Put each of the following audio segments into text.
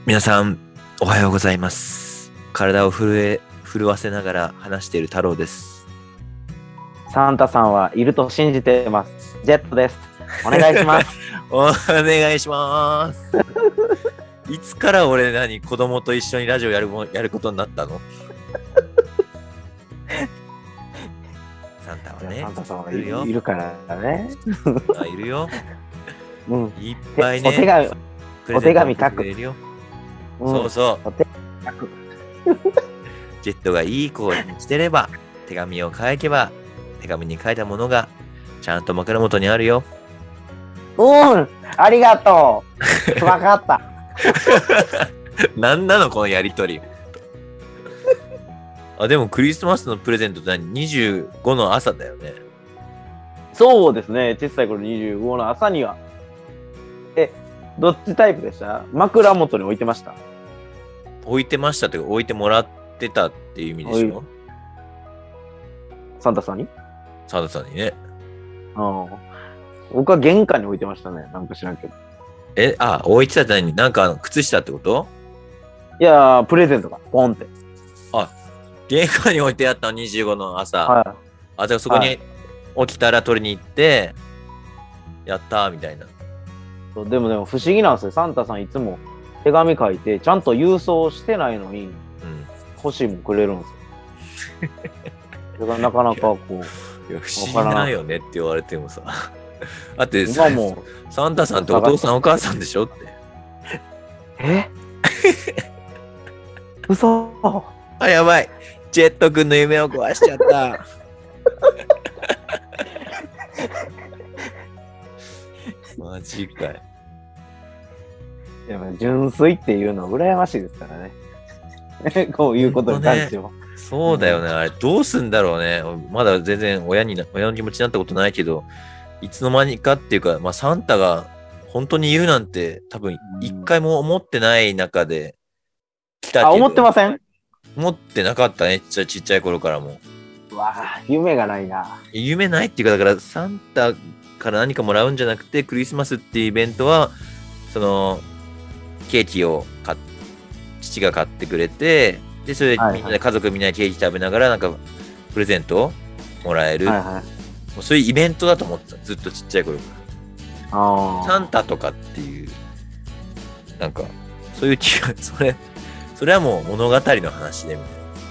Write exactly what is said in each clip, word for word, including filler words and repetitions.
皆さんおはようございます。体を震え震わせながら話している太郎です。 サンタさんはいると信じてます。ジェットです。お願いします。 お願いします。いつから俺何子供と一緒にラジオやるもやることになったの？サンタはね。 サンタさんはいるよ。 いるからね。 あ、いるよ。 うん。 いっぱいね。 お手紙、お手紙書く。 ようん、 そうそう。 お手紙書く。 ジェットがいい子にしてれば、手紙を書けば、手紙に書いたものがちゃんと枕元にあるよ。 うん、ありがとう。わかった。 なんなのこのやりとり。あ、でもクリスマスのプレゼントって何？ にじゅうご の朝だよね。 そうですね。小さい頃にじゅうごの朝には。え、どっちタイプでした？枕元に置いてました？ 置いてましたっていうか、置いてもらってたっていう意味でしょ？ サンタさんに？ サンタさんにね。 ああ。僕は玄関に置いてましたね。なんか知らんけど。 え、あ、置いてたって何？なんか靴下ってこと？ いやー、プレゼントがポンって。 あ、玄関に置いてあったのにじゅうごの朝。 はい。 あ、じゃあそこに起きたら取りに行って、やったーみたいな。 そうでもでも不思議なんですよ。サンタさんいつも手紙書いて、ちゃんと郵送してないのに、 うん、 欲しいもんくれるんですよ。だからなかなかこう。 いや不思議だよねって言われてもさ。だって今もサンタさんってお父さんお母さんでしょって。 え嘘あ、やばい。ジェット君の夢を壊しちゃった。マジかい。 いや純粋っていうのは羨ましいですからね。こういうことに対しては。 そうだよね。あれどうすんだろうね。まだ全然親に親の気持ちになったことないけど、いつの間にかっていうか、まあ、サンタが本当にいるなんて多分一回も思ってない中で来たけど。 あ、思ってません？ 思ってなかったね。ちっちゃい頃からも。 うわぁ、夢がないな。 夢ないっていうか、だからサンタから何かもらうんじゃなくて、クリスマスっていうイベントは、その、ケーキを買っ父が買ってくれて、で、それでみんなで家族みんなでケーキ食べながら、なんか、プレゼントをもらえる。はいはい、もうそういうイベントだと思ってた。ずっとちっちゃい頃から。あサンタとかっていう、なんか、そういう気が、それ、それはもう物語の話でみたいな。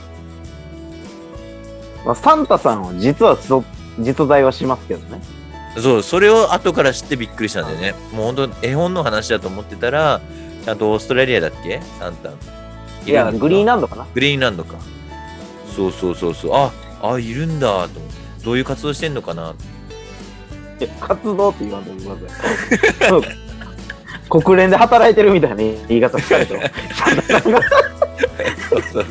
まあ、サンタさんは実は実在はしますけどね。 そう、それを後から知ってびっくりしたんだよね。もう本当絵本の話だと思ってたら、ちゃんとオーストラリアだっけサンタ。 いや、グリーンランドかな。 グリーンランドか。そうそうそうそう。あ、あ、いるんだと思って。どういう活動してんのかな。 いや、活動って言わんといてください。国連で働いてるみたいな言い方されても。そうそう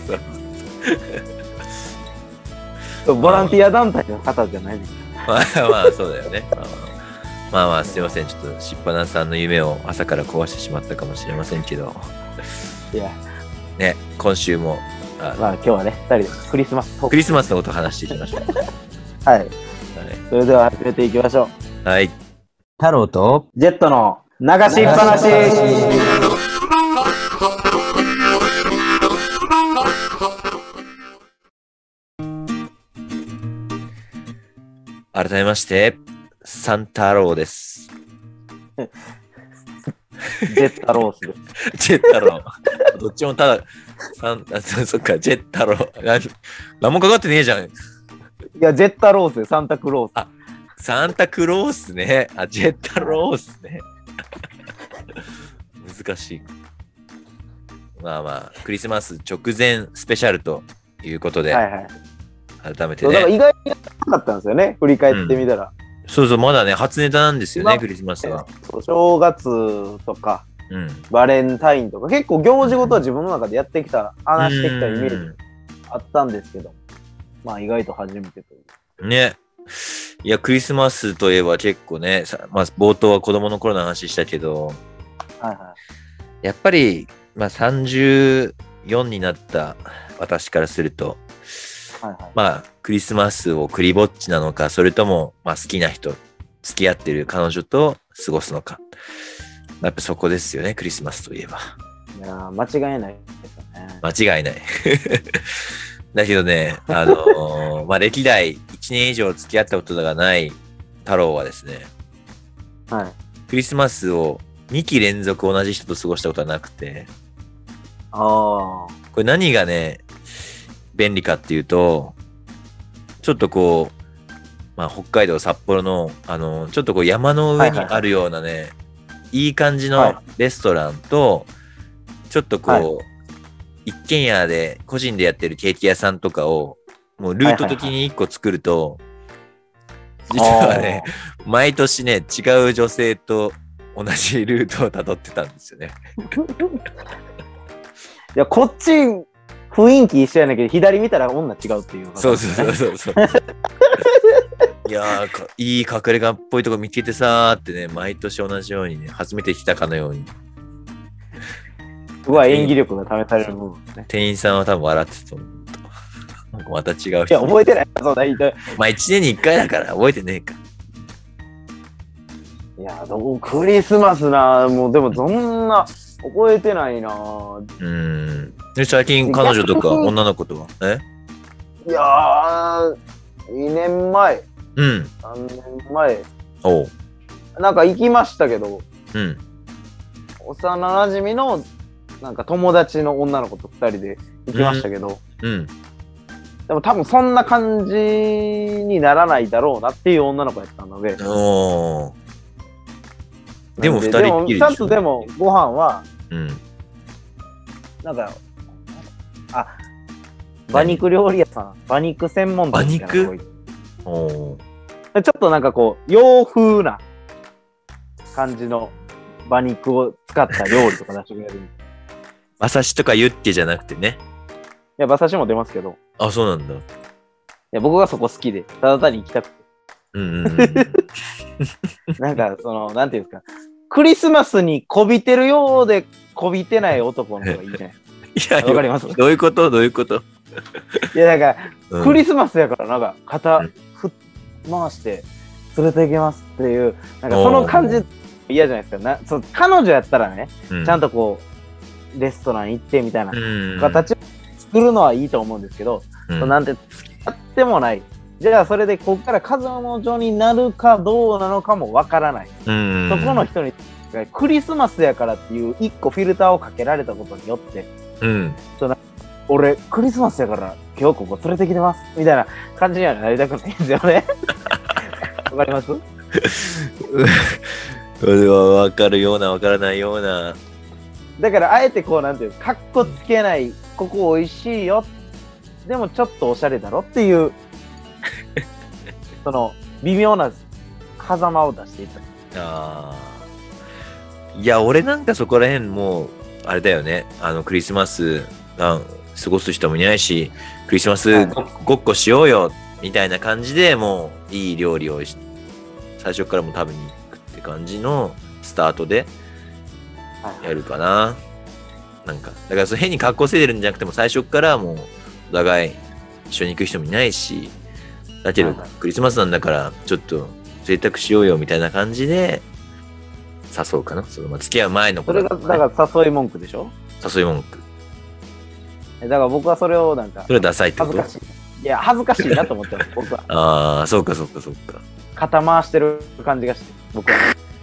そう。ボランティア団体の方じゃないですか。まあまあ、そうだよね。まあまあ、まあ、すいません。ちょっと、しっぱなさんの夢を朝から壊してしまったかもしれませんけど。 いや。 ね、今週も。 あまあ、今日はね、ふたりでクリスマス。 クリスマスのことを話していきましょう。 はい。はい。それでは始めていきましょう。はい。 太郎とジェットの流しっぱなし。 改めまして、サンタロウです。 ジェッタロースです。 ジェッタロウ。どっちもただ、サンあそっか、ジェッタロウ。何もかかってねえじゃん。いや、ジェッタロースでサンタクロース。 あ、サンタクロースね。あ、ジェッタロースね。難しい。まあまあ、クリスマス直前スペシャルということで、はいはい、改めてね。 だから意外になかったんですよね、振り返ってみたら。 うん、そうそう、まだね、初ネタなんですよね、クリスマスは。 そう正月とか、うん、バレンタインとか、結構行事ごとは自分の中でやってきた、話してきたイメージあったんですけど、まあ意外と初めてという。 ね。いや、クリスマスといえば結構ね、まあ、冒頭は子供の頃の話したけど、はいはい、やっぱり、まあ、さんじゅうよんになった私からすると、はいはい、まあ、クリスマスをクリぼっちなのか、それとも、まあ、好きな人、付き合ってる彼女と過ごすのか。やっぱそこですよね、クリスマスといえば。 ういやー間違いないですよね。 間違いない。だけどね、あのー、まあ、歴代いちねん以上付き合ったことがない太郎はですね、 はい。 クリスマスをにき連続同じ人と過ごしたことはなくて、 ああ。 これ何がね、便利かっていうと、ちょっとこう、まあ、北海道札幌の、あのー、ちょっとこう山の上にあるようなね、はいはいはい、いい感じのレストランと、ちょっとこう、はい、一軒家で個人でやってるケーキ屋さんとかをもうルート的に一個作ると、はいはいはい、実はね毎年ね違う女性と同じルートをたどってたんですよね。 いやこっち雰囲気一緒やねんけど左見たら女違うっていう、ね、 そうそうそうそういやーいい隠れ家っぽいとこ見つけてさーってね毎年同じようにね初めて来たかのようにうわ演技力が試される部分ですね。 店員さんは多分笑ってたと思う。なんかまた違う人。いや覚えてない。そうだいいまあいちねんにいっかいだから覚えてねえか。 いやどうクリスマスなもうでもそんな覚えてないな。 うんで最近彼女とか女の子とはえいやーにねんまえうんさんねんまえおうなんか行きましたけど、 うん、 幼なじみのなんか友達の女の子とふたりで行きましたけど、 うんうん、 でも多分そんな感じにならないだろうなっていう女の子やったので。 おでもふたりっきりでしょ。 ちゃんとでもご飯は、うん、なんかあ馬肉料理屋さん馬肉専門店みたいなとこ行っておちょっとなんかこう洋風な感じの馬肉を使った料理とか出してくれる。 馬刺しとかユッケじゃなくてね。 いや馬刺しも出ますけど。 あ、そうなんだ。いや僕がそこ好きでただ単に行きたくて。うんうんうん、なんかそのなんていうんですかクリスマスにこびてるようでこびてない男の子がいいじゃないですか。いやわかります。 どういうことどういうこと。 いやなんか、うん、クリスマスやからなんか肩ふっ回して連れて行けますっていうなんかその感じ嫌じゃないですか。なそ彼女やったらね、うん、ちゃんとこうレストラン行ってみたいな形を作るのはいいと思うんですけど、うん、なんて付き合ってもない。じゃあそれでここから彼女になるかどうなのかもわからない。そこの人にクリスマスやからっていう一個フィルターをかけられたことによって、うん、その俺クリスマスやから今日ここ連れてきてますみたいな感じにはなりたくないんですよね。わかります？ それはわかるようなわからないような。 だからあえてこうなんていうかっこつけないここ美味しいよでもちょっとおしゃれだろっていうその微妙な狭間を出していた。 あいや俺なんかそこら辺もうあれだよねあのクリスマスあ過ごす人もいないしクリスマス ご,、はい、ごっこしようよみたいな感じでもういい料理を最初からも食べに行くって感じのスタートでやるかな、はい、なんかだからそ変に格好せいでるんじゃなくても最初からもうお互い一緒に行く人もいないしだけど、はい、クリスマスなんだからちょっと贅沢しようよみたいな感じで誘うかな。そのまあ付き合う前の子だから、ね、それがだから誘い文句でしょ。 誘い文句。 だから僕はそれをなんかそれダサいってこと。 恥ずかしい。いや恥ずかしいなと思ってます僕は。 ああそうかそうかそうか。 肩回してる感じがして僕は。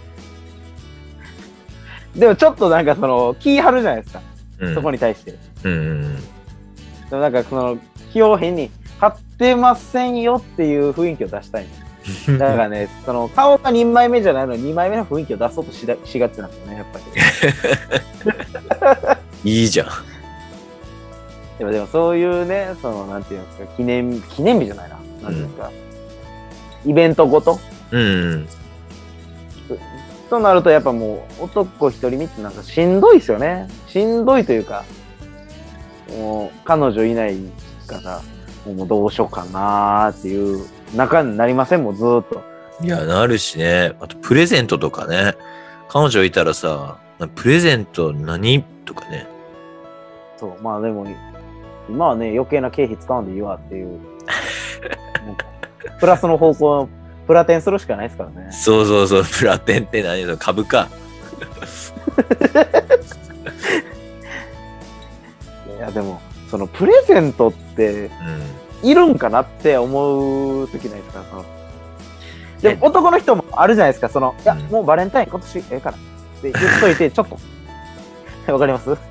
でもちょっとなんかその気張るじゃないですか、うん、そこに対して。うんうんうん、でもなんかその気を変に張ってませんよっていう雰囲気を出したいんです。だからねその顔がにまいめじゃないのににまいめの雰囲気を出そうと し, だしがちなんですよねやっぱり。いいじゃん。 でもでもそういうねそのなんていうんですか記念記念日じゃないななんていうんですか、うん、イベントごと。うん、うん。となるとやっぱもう男一人見てなんかしんどいですよね。しんどいというかもう彼女いないからもうどうしようかなーっていう中になりませんもんずーっと。 いやなるしね。あとプレゼントとかね彼女いたらさプレゼント何とかね。 そうまあでも今はね余計な経費使うんでいいわっていうプラスの方向のプラテンするしかないですからね。 そうそうそうプラテンって何株か。 いやでもそのプレゼントっているんかなって思う時ないですか。そのでも男の人もあるじゃないですか。そのいや、うん、もうバレンタイン今年ええからって言っといてちょっとわかります？ま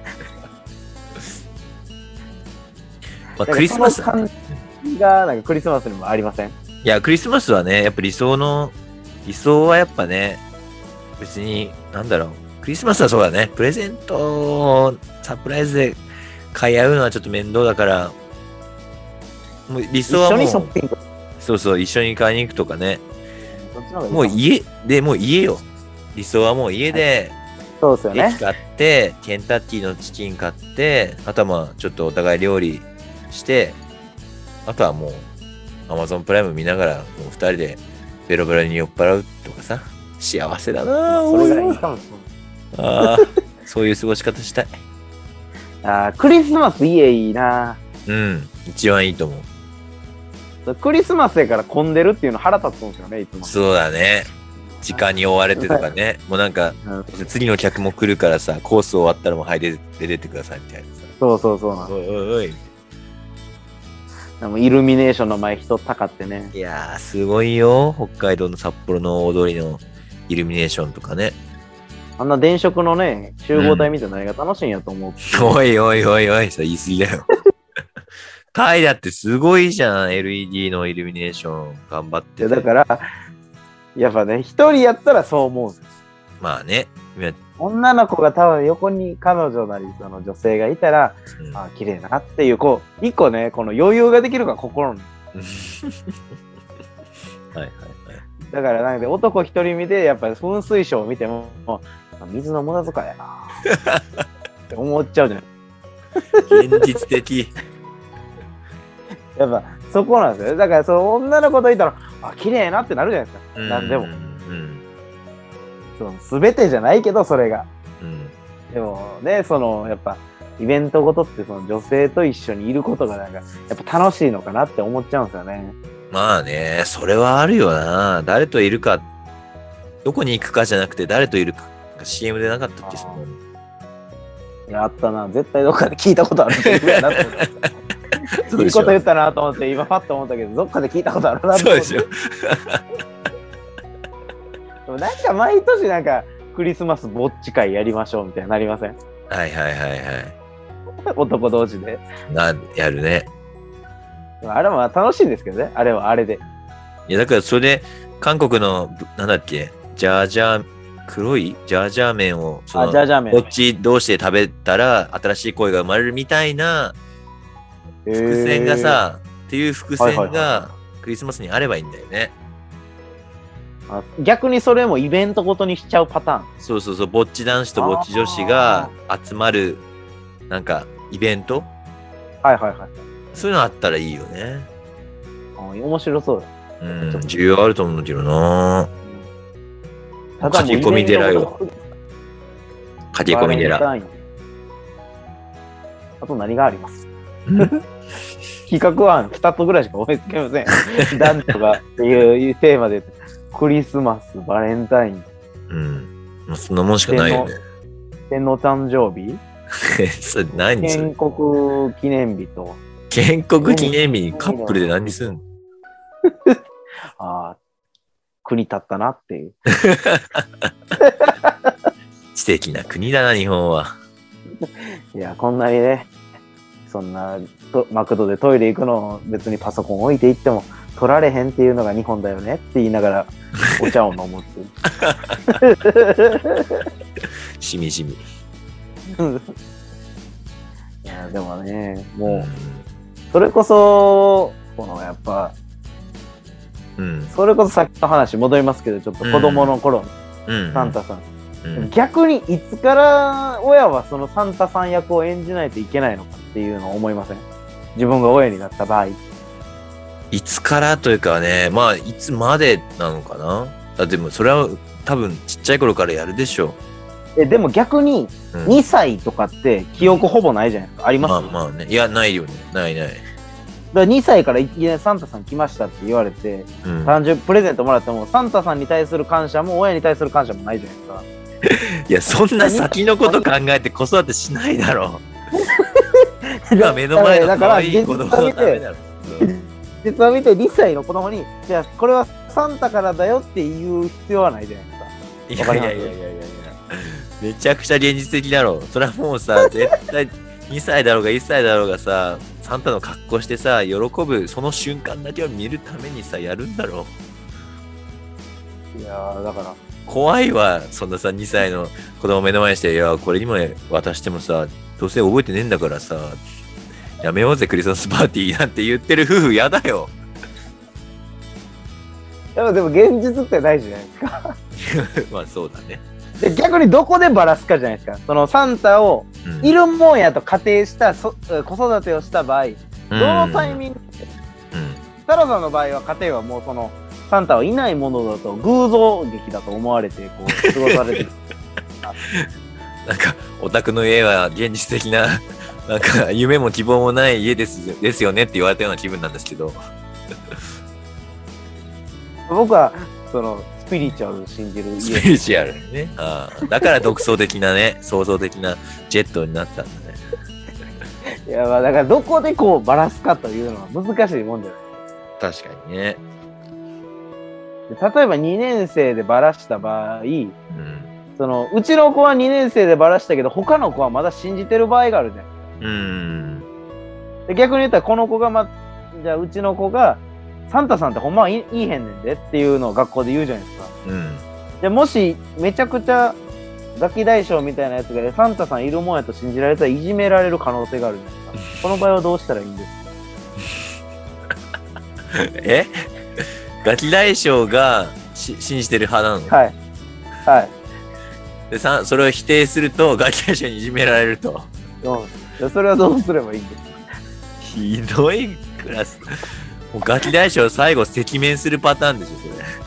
あ、クリスマス感じがなんかクリスマスにもありません？ いやクリスマスはねやっぱ理想の理想はやっぱね別になんだろうクリスマスはそうだねプレゼントをサプライズで買い合うのはちょっと面倒だからもう理想はもう一緒にショッピングそうそう一緒に買いに行くとかねもう家でもう家よ理想はもう家で、はい、 そうですよねケーキ買ってケンタッキーのチキン買ってあとはまあちょっとお互い料理してあとはもうアマゾンプライム見ながらもう二人でベロベロに酔っ払うとかさ幸せだなそれぐらいいいかもしれないあそういう過ごし方したいあクリスマス家いいなうん一番いいと思うクリスマスやから混んでるっていうの腹立つんですよねいつもそうだね時間に追われてとかねもうなんか、うん、次の客も来るからさコース終わったらもうはい出て出てくださいみたいなさそうそうそうなんおいおいおいでもイルミネーションの前人たかってねいやーすごいよ北海道の札幌の大通りのイルミネーションとかねあんな電飾のね集合体見て何が楽しいんやと思う、 うん、おいおいおいおいそれ言い過ぎだよタイだってすごいじゃん エルイーディー のイルミネーション頑張っててだからやっぱね一人やったらそう思うんですよまあね女の子が多分横に彼女なりその女性がいたら、うん、あ綺麗だなっていうこう一個ねこの余裕ができるから心にはいはいはいだからなんで男一人見でやっぱり噴水ショーを見ても水の無駄遣いやなって思っちゃうじゃない現実的やっぱそこなんですよだからその女の子といたらあ綺麗なってなるじゃないですか何でも、うん、その全てじゃないけどそれが、うん、でもねそのやっぱイベントごとってその女性と一緒にいることがなんかやっぱ楽しいのかなって思っちゃうんですよねまあねそれはあるよな誰といるかどこに行くかじゃなくて誰といるか シーエム でなかったっけそのいやあったな絶対どっかで聞いたことあるセリフやなと思っていいこと言ったなと思って今パッと思ったけどどっかで聞いたことあるなと思ってそうでしょでもなんか毎年なんかクリスマスぼっち会やりましょうみたいになりませんはいはいはいはい男同士でなやるねあれは楽しいんですけどねあれはあれでいやだからそれで韓国のなんだっけジャージャー黒いジャージャー麺をそのジャージャー麺どっち同士で食べたら新しい恋が生まれるみたいな伏線がさ、えー、っていう伏線がクリスマスにあればいいんだよね、 あ逆にそれもイベントごとにしちゃうパターンそうそうそうぼっち男子とぼっち女子が集まるなんかイベントはいはいはいそういうのあったらいいよねあ面白そうだうん需要あると思うんだけどな駆け込み寺よ駆け込み寺あと何があります企画案ふたつぐらいしか思いつけません男女がっていうテーマでクリスマスバレンタインうんそんなもんしかないよね天皇誕生日それ何建国記念日と建国記念日にカップルで何すんのああ国立ったなっていう素敵な国だな日本はいやこんなにねそんなマクドでトイレ行くの別にパソコン置いていっても取られへんっていうのが日本だよねって言いながらお茶を飲むってしみじみいやでもねもう、うん、それこそこのやっぱ、うん、それこそさっきの話戻りますけどちょっと子供の頃の、うん、サンタさん、うん、逆にいつから親はそのサンタさん役を演じないといけないのかっていうのを思いません？自分が親になった場合いつからというかねまあいつまでなのかなあでもそれは多分ちっちゃい頃からやるでしょうえでも逆ににさいとかって記憶ほぼないじゃないですか、うん、あります？ まあまあねいやないよねないないだからにさいからいきなりサンタさん来ましたって言われて、うん、誕生日プレゼントもらってもサンタさんに対する感謝も親に対する感謝もないじゃないですかいやそんな先のこと考えて子育てしないだろう今目の前の可愛い子供はダメだろ。 実は見てにさいの子供に、じゃあこれはサンタからだよって言う必要はないじゃないですか。 いやいやいやいやいやいや、めちゃくちゃ現実的だろ。それはもうさ、絶対にさいだろうがいっさいだろうがさ、サンタの格好してさ、喜ぶその瞬間だけを見るためにさ、やるんだろう。いやー、だから。 怖いわ、そんなさ、にさいの子供目の前にして、いや、これにも渡してもさ、どうせ覚えてねえんだからさ、やめようぜ、クリスマスパーティーなんて言ってる夫婦やだよ。 でも、でも現実って大事じゃないですか。 まあそうだね。 で、逆にどこでバラすかじゃないですか。そのサンタをいるもんやと仮定したそ、うん、子育てをした場合、どのタイミングで、うん、タラさんの場合は家庭はもうそのサンタはいないものだと偶像劇だと思われてこう過ごされてる。 なんかオタクの家は現実的ななんか夢も希望もない家ですですよねって言われたような気分なんですけど。 僕はそのスピリチュアルを信じる家。 スピリチュアルね。ああ、だから独創的なね、創造的なジェットになったんだね。 いや、まあだからどこでこうバラすかというのは難しいもんだよ。 確かにね。 例えばにねん生でバラした場合、うん、そのうちの子はにねん生でバラしたけど他の子はまだ信じてる場合があるじゃん。うん。で逆に言ったらこの子がまじゃあうちの子がサンタさんってほんまはいいへんねんでっていうのを学校で言うじゃないですか。うん。でもしめちゃくちゃガキ大将みたいなやつがサンタさんいるもんやと信じられたらいじめられる可能性があるじゃないですか。この場合はどうしたらいいんですか？え？ガキ大将がし信じてる派なの？ はい。はい。 でさ、それを否定するとガキ大将にいじめられると。 うん。それはどうすればいいんですか？ ひどいクラス。もうガキ大将最後赤面するパターンでしょ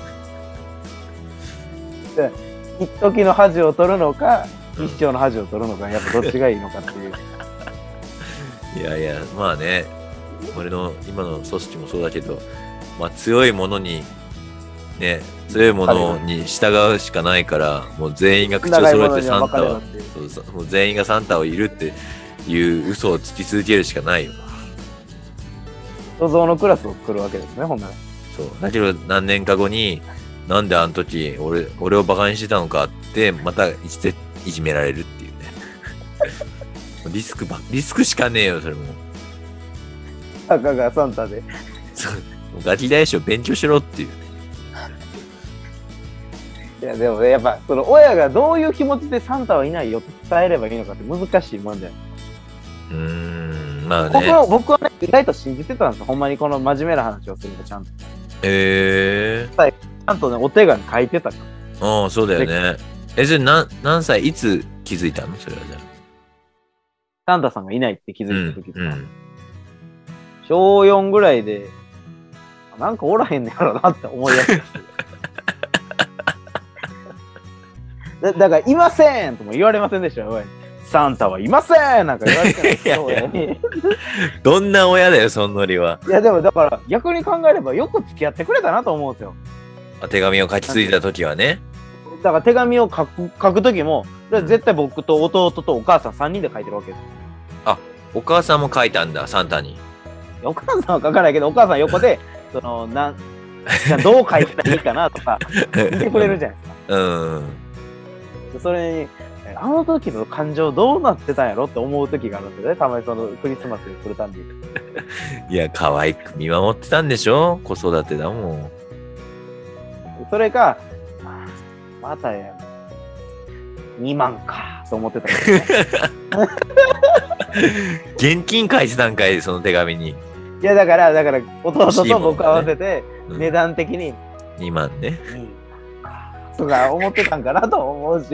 それ。一時の恥を取るのか、うん、一生の恥を取るのか、やっぱどっちがいいのかっていう。 いやいや、まあね、俺の今の組織もそうだけど、まあ強いものにね、強いものに従うしかないから、もう全員が口を揃えてサンタは、そうそう、もう全員がサンタをいるっていう嘘をつき続けるしかないよ。 想像のクラスを作るわけですね、ほんなら。 そう。だけど何年か後に、なんであの時俺俺をバカにしてたのかってまたいじいじめられるっていうね。リスクばリスクしかねえよそれも。 たかがサンタで。 そう。ガキ大将勉強しろっていう。 いやでもねやっぱその親がどういう気持ちでサンタはいないよって伝えればいいのかって難しいもんじゃない。 うーんまあね。 僕は僕はね意外と信じてたんですよ。ほんまにこの真面目な話をするとちゃんと。 へえー。 ちゃんとね、お手紙書いてたから。 ああ、そうだよね。え、それ何、何歳、いつ気づいたのそれはじゃあ。 サンタさんがいないって気づいた時とか、うんうん、しょうよんぐらいで、なんかおらへんねやろなって思い出しただ。だから、いませんとも言われませんでしたよ。サンタはいませんなんか言われてないですよ。 どんな親だよ、そんノリは。 いや、でもだから、逆に考えればよく付き合ってくれたなと思うんですよ。 手紙を書き継いだ時はね。 だから手紙を書く書く時も絶対僕と弟とお母さんさんにんで書いてるわけです。 あ、お母さんも書いたんだサンタに。 お母さんは書かないけどお母さん横でそのなんどう書いたらいいかなとか見てくれるじゃないですか。うん。それにあの時の感情どうなってたんやろって思う時があるんですよね。たまにそのクリスマスに来るたんびに。 いや可愛く見守ってたんでしょ。子育てだもん。 それか、またや、にまんか、と思ってた、ね。 現金返し段階その手紙に。 いや、だから、だから、弟と僕合わせて、値段的に、 うん、にまんね。 とか思ってたんかなと思うし。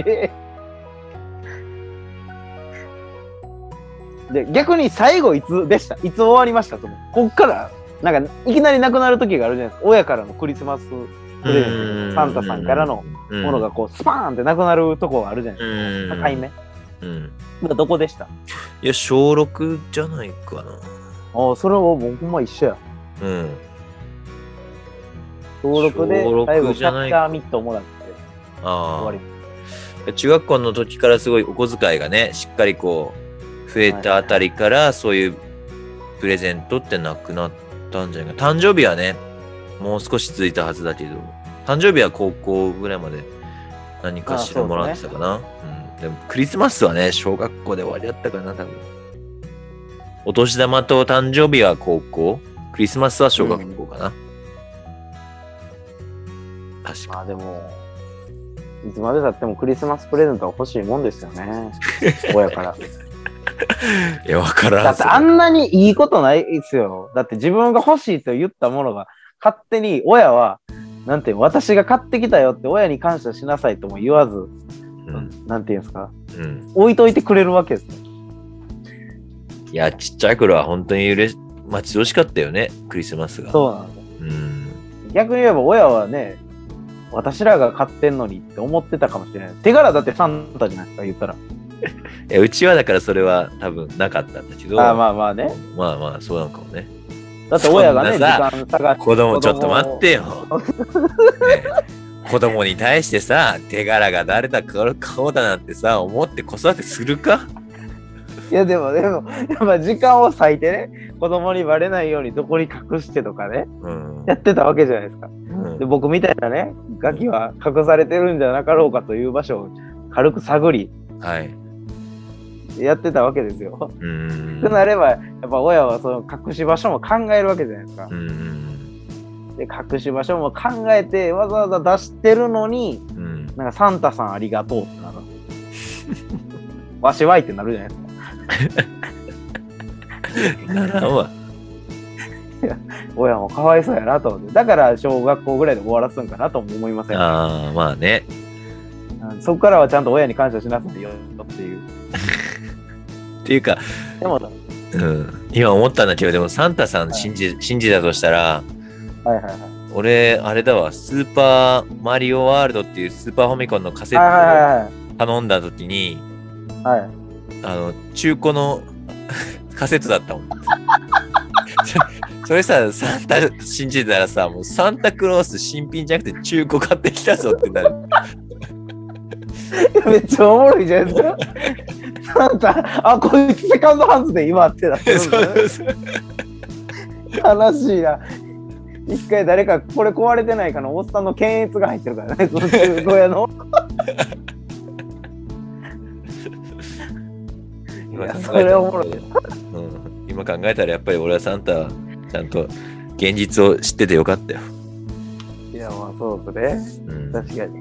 で、逆に最後いつでしたいつ終わりましたと思う。こっから、なんか、いきなりなくなる時があるじゃないですか。親からのクリスマス。プレゼントサンタさんからのものがこうスパーンってなくなるとこがあるじゃないですか。境目。うん。どこでした？ いや小ろくじゃないかな。 ああそれは僕も一緒や。うん。小ろくで最後キャッチャーミットをもらって終わり。 中学校の時からすごいお小遣いがねしっかりこう増えたあたりからそういうプレゼントってなくなったんじゃないか。誕生日はね、もう少し続いたはずだけど、誕生日は高校ぐらいまで何かしらもらってたかな。でね、うん。でもクリスマスはね、小学校で終わりだったかな、多分。お年玉と誕生日は高校、クリスマスは小学校かな。うん、確か。 まあでも、いつまでたってもクリスマスプレゼントは欲しいもんですよね。親から。 いや、わからん。 だってあんなにいいことないですよ。だって自分が欲しいと言ったものが勝手に親は、なんていう私が買ってきたよって親に感謝しなさいとも言わず、うん、なんていうんですか、うん、置いといてくれるわけですよ。 いや、ちっちゃい頃は本当にうれし待ち遠しかったよね、クリスマスが。 そうなんです、うん。逆に言えば親はね、私らが買ってんのにって思ってたかもしれない。手柄だってサンタじゃないですか、言ったら。 いやうちはだからそれは多分なかったんだけど。 ああまあまあね。 まあまあそうなのかもね。 だって親がね、時間探して。 子供ちょっと待ってよ。ね、子供に対してさ、手柄が誰だ顔だなんてさ、思って子育てするか？ いやでもでも、やっぱ時間を割いてね、子供にバレないようにどこに隠してとかね、うん、やってたわけじゃないですか。うん、で僕みたいなね、ガキは隠されてるんじゃなかろうかという場所を軽く探り、はい、やってたわけですよ。うん。となれば、やっぱ親はその隠し場所も考えるわけじゃないですか。うん。で、隠し場所も考えて、わざわざ出してるのに、うん、なんかサンタさんありがとうってなる。わしわいってなるじゃないですか。 ならんわ。 いや、親もかわいそうやなと思って。だから小学校ぐらいで終わらすんかなとも思いません。 ああ、まあね。 そこからはちゃんと親に感謝しなさいよっていう。 っていうか、 でも、 うん、今思ったんだけど、でもサンタさん信じ、はい、信じたとしたら、はいはいはい、俺、あれだわ、スーパーマリオワールドっていうスーパーファミコンのカセットを頼んだときに、はいはいはい、あの、中古のカセットだったもん。それさ、サンタ信じてたらさ、もうサンタクロース新品じゃなくて中古買ってきたぞってなる。 めっちゃおもろいじゃないですか。サンタ、あ、こいつセカンドハンズで今ってなってるんだ、ね。悲しいな。一回誰かこれ壊れてないかのおっさんの検閲が入ってるからね、その中古屋の。 いや、それおもろい、うん。今考えたらやっぱり俺はサンタちゃんと現実を知っててよかったよ。 いや、まあそうですね。うん、確かに。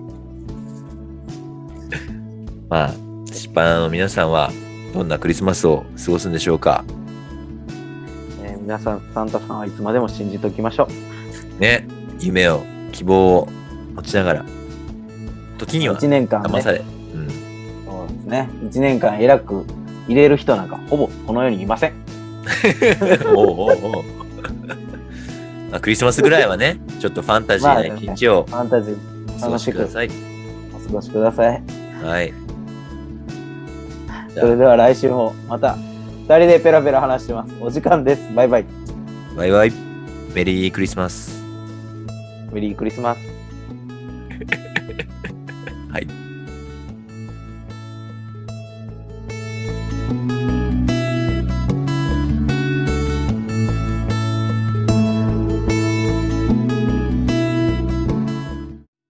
まあ、シッパーの皆さんはどんなクリスマスを過ごすんでしょうか。 えー、皆さん、サンタさんはいつまでも信じておきましょう。ね、夢を、希望を持ちながら、時には騙され。ね、 うん、そうですね。いちねんかん偉く入れる人なんかほぼこの世にいません。 おうおうおうまあ、クリスマスぐらいはね、ちょっとファンタジーな一日を、 まあね、ファンタジー楽しくお過ごしください。 はい。 それでは来週もまたふたりでペラペラ話してます。お時間です。バイバイ。 バイバイ。メリークリスマス。 メリークリスマス。 はい。